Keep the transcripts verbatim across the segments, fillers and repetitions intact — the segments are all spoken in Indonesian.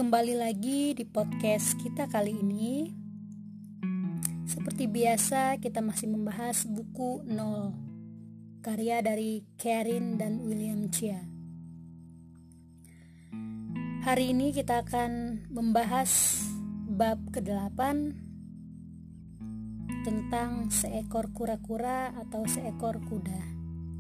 Kembali lagi di podcast kita kali ini. Seperti biasa, kita masih membahas buku Nol, karya dari Karin dan William Chia. Hari ini kita akan membahas bab kedelapan tentang seekor kura-kura atau seekor kuda.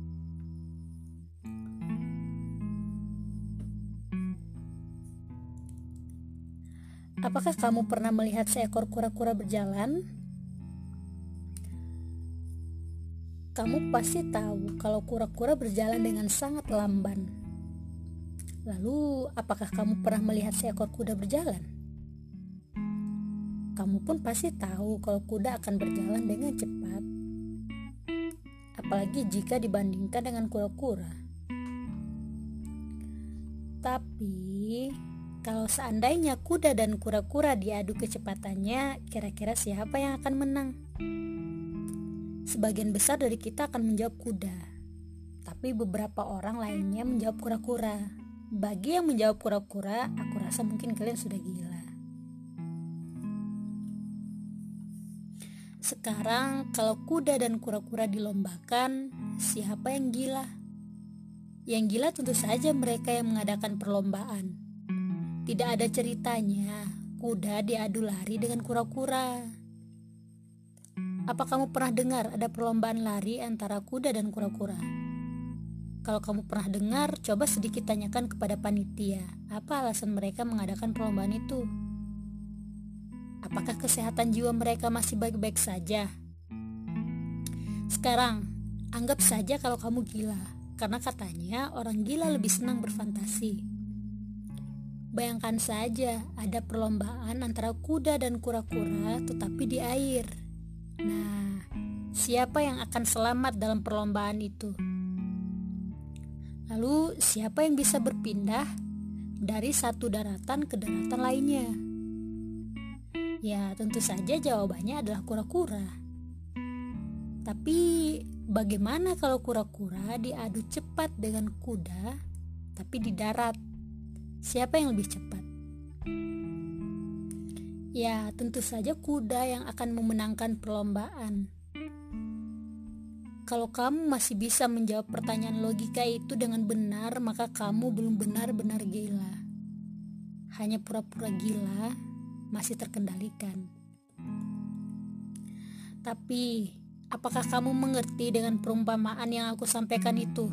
Apakah kamu pernah melihat seekor kura-kura berjalan? Kamu pasti tahu kalau kura-kura berjalan dengan sangat lamban. Lalu, apakah kamu pernah melihat seekor kuda berjalan? Kamu pun pasti tahu kalau kuda akan berjalan dengan cepat, apalagi jika dibandingkan dengan kura-kura. Tapi kalau seandainya kuda dan kura-kura diadu kecepatannya, kira-kira siapa yang akan menang? Sebagian besar dari kita akan menjawab kuda, tapi beberapa orang lainnya menjawab kura-kura. Bagi yang menjawab kura-kura, aku rasa mungkin kalian sudah gila. Sekarang kalau kuda dan kura-kura dilombakan, siapa yang gila? Yang gila tentu saja mereka yang mengadakan perlombaan. Tidak ada ceritanya kuda diadu lari dengan kura-kura. Apa kamu pernah dengar ada perlombaan lari antara kuda dan kura-kura? Kalau kamu pernah dengar, coba sedikit tanyakan kepada panitia, apa alasan mereka mengadakan perlombaan itu? Apakah kesehatan jiwa mereka masih baik-baik saja? Sekarang, anggap saja kalau kamu gila, karena katanya orang gila lebih senang berfantasi. Bayangkan saja ada perlombaan antara kuda dan kura-kura tetapi di air. Nah, siapa yang akan selamat dalam perlombaan itu? Lalu siapa yang bisa berpindah dari satu daratan ke daratan lainnya? Ya, tentu saja jawabannya adalah kura-kura. Tapi bagaimana kalau kura-kura diadu cepat dengan kuda tapi di darat? Siapa yang lebih cepat? Ya, tentu saja kuda yang akan memenangkan perlombaan. Kalau kamu masih bisa menjawab pertanyaan logika itu dengan benar, maka kamu belum benar-benar gila. Hanya pura-pura gila, masih terkendalikan. Tapi, apakah kamu mengerti dengan perumpamaan yang aku sampaikan itu?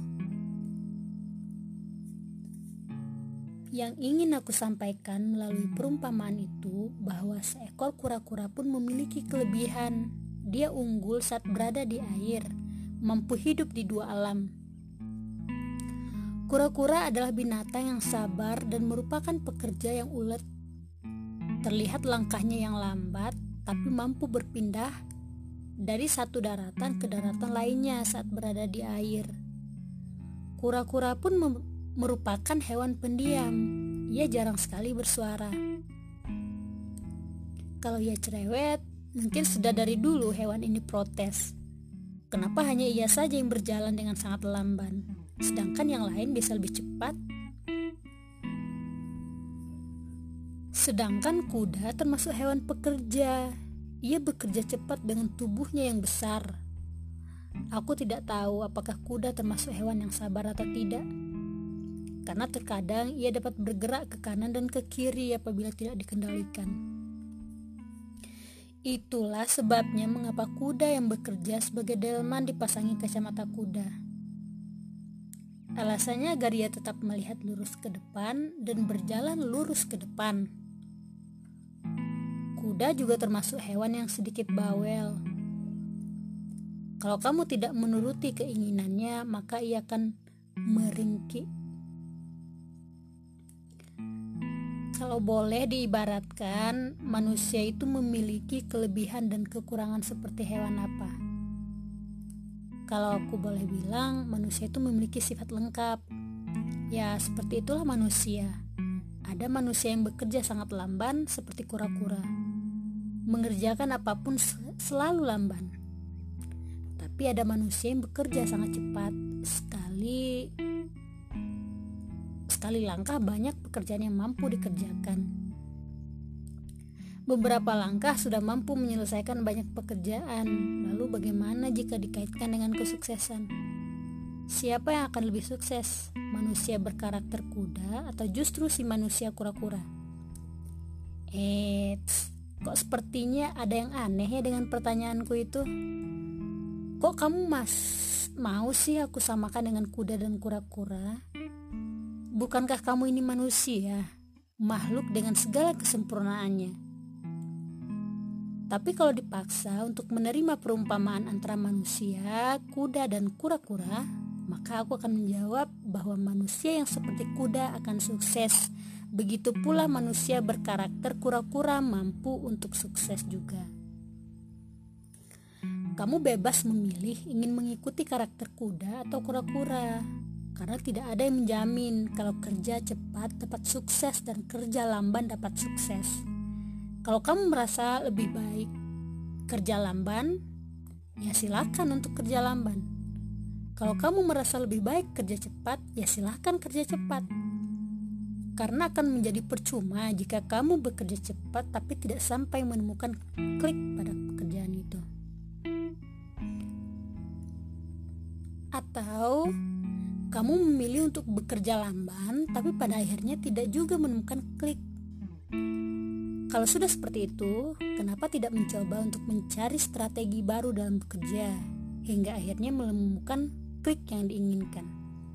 Yang ingin aku sampaikan melalui perumpamaan itu bahwa seekor kura-kura pun memiliki kelebihan. Dia unggul saat berada di air, mampu hidup di dua alam. Kura-kura adalah binatang yang sabar dan merupakan pekerja yang ulet. Terlihat langkahnya yang lambat, tapi mampu berpindah dari satu daratan ke daratan lainnya saat berada di air. Kura-kura pun mem- merupakan hewan pendiam. Ia jarang sekali bersuara. Kalau ia cerewet, mungkin sudah dari dulu hewan ini protes. Kenapa hanya ia saja yang berjalan dengan sangat lamban, sedangkan yang lain bisa lebih cepat? Sedangkan kuda termasuk hewan pekerja. Ia bekerja cepat dengan tubuhnya yang besar. Aku tidak tahu apakah kuda termasuk hewan yang sabar atau tidak. Karena terkadang ia dapat bergerak ke kanan dan ke kiri apabila tidak dikendalikan. Itulah sebabnya mengapa kuda yang bekerja sebagai delman dipasangi kacamata kuda. Alasannya agar ia tetap melihat lurus ke depan dan berjalan lurus ke depan. Kuda juga termasuk hewan yang sedikit bawel. Kalau kamu tidak menuruti keinginannya, maka ia akan meringkik. Kalau boleh diibaratkan, manusia itu memiliki kelebihan dan kekurangan seperti hewan apa? Kalau aku boleh bilang, manusia itu memiliki sifat lengkap. Ya, seperti itulah manusia. Ada manusia yang bekerja sangat lamban seperti kura-kura. Mengerjakan apapun selalu lamban. Tapi ada manusia yang bekerja sangat cepat. Sekali Sekali langkah banyak pekerjaan yang mampu dikerjakan. Beberapa langkah sudah mampu menyelesaikan banyak pekerjaan. Lalu bagaimana jika dikaitkan dengan kesuksesan? Siapa yang akan lebih sukses? Manusia berkarakter kuda atau justru si manusia kura-kura? Eits, kok sepertinya ada yang aneh ya dengan pertanyaanku itu? Kok kamu mas mau sih aku samakan dengan kuda dan kura-kura? Bukankah kamu ini manusia, makhluk dengan segala kesempurnaannya? Tapi kalau dipaksa untuk menerima perumpamaan antara manusia, kuda, dan kura-kura, maka aku akan menjawab bahwa manusia yang seperti kuda akan sukses. Begitu pula manusia berkarakter kura-kura mampu untuk sukses juga. Kamu bebas memilih ingin mengikuti karakter kuda atau kura-kura, karena tidak ada yang menjamin kalau kerja cepat dapat sukses dan kerja lamban dapat sukses. Kalau kamu merasa lebih baik kerja lamban, ya silakan untuk kerja lamban. Kalau kamu merasa lebih baik kerja cepat, ya silakan kerja cepat. Karena akan menjadi percuma jika kamu bekerja cepat tapi tidak sampai menemukan klik pada pekerjaan itu. Atau kamu memilih untuk bekerja lamban tapi pada akhirnya tidak juga menemukan klik. Kalau sudah seperti itu, kenapa tidak mencoba untuk mencari strategi baru dalam bekerja hingga akhirnya menemukan klik yang diinginkan?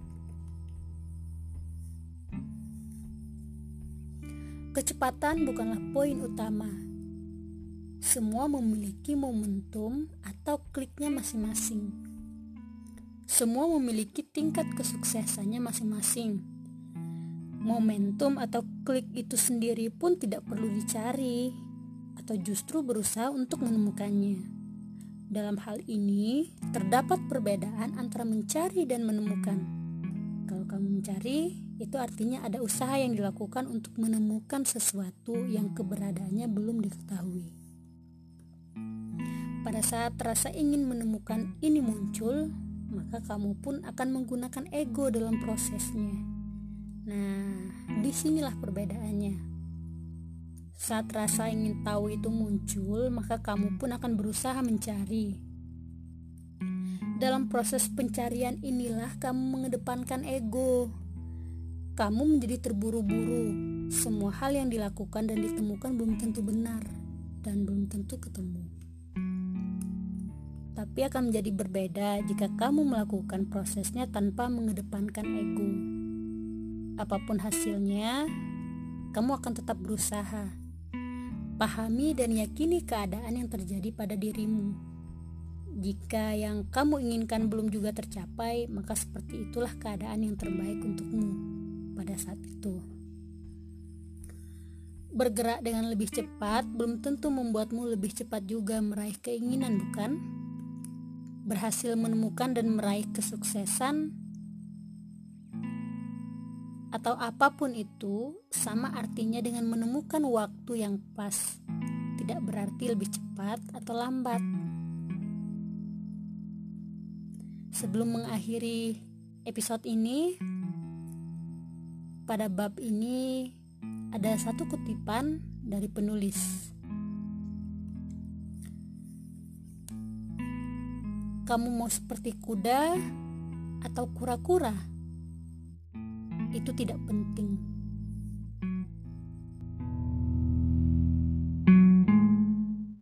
Kecepatan bukanlah poin utama. Semua memiliki momentum atau kliknya masing-masing. Semua memiliki tingkat kesuksesannya masing-masing. Momentum atau klik itu sendiri pun tidak perlu dicari atau justru berusaha untuk menemukannya. Dalam hal ini, terdapat perbedaan antara mencari dan menemukan. Kalau kamu mencari, itu artinya ada usaha yang dilakukan untuk menemukan sesuatu yang keberadaannya belum diketahui. Pada saat rasa ingin menemukan ini muncul, maka kamu pun akan menggunakan ego dalam prosesnya. Nah, disinilah perbedaannya. Saat rasa ingin tahu itu muncul, maka kamu pun akan berusaha mencari. Dalam proses pencarian inilah kamu mengedepankan ego. Kamu menjadi terburu-buru. Semua hal yang dilakukan dan ditemukan belum tentu benar dan belum tentu ketemu. Tapi akan menjadi berbeda jika kamu melakukan prosesnya tanpa mengedepankan ego. Apapun hasilnya, kamu akan tetap berusaha. Pahami dan yakini keadaan yang terjadi pada dirimu. Jika yang kamu inginkan belum juga tercapai, maka seperti itulah keadaan yang terbaik untukmu pada saat itu. Bergerak dengan lebih cepat belum tentu membuatmu lebih cepat juga meraih keinginan, bukan? Berhasil menemukan dan meraih kesuksesan atau apapun itu sama artinya dengan menemukan waktu yang pas. Tidak berarti lebih cepat atau lambat. Sebelum mengakhiri episode ini, pada bab ini ada satu kutipan dari penulis. Kamu mau seperti kuda atau kura-kura? Itu tidak penting.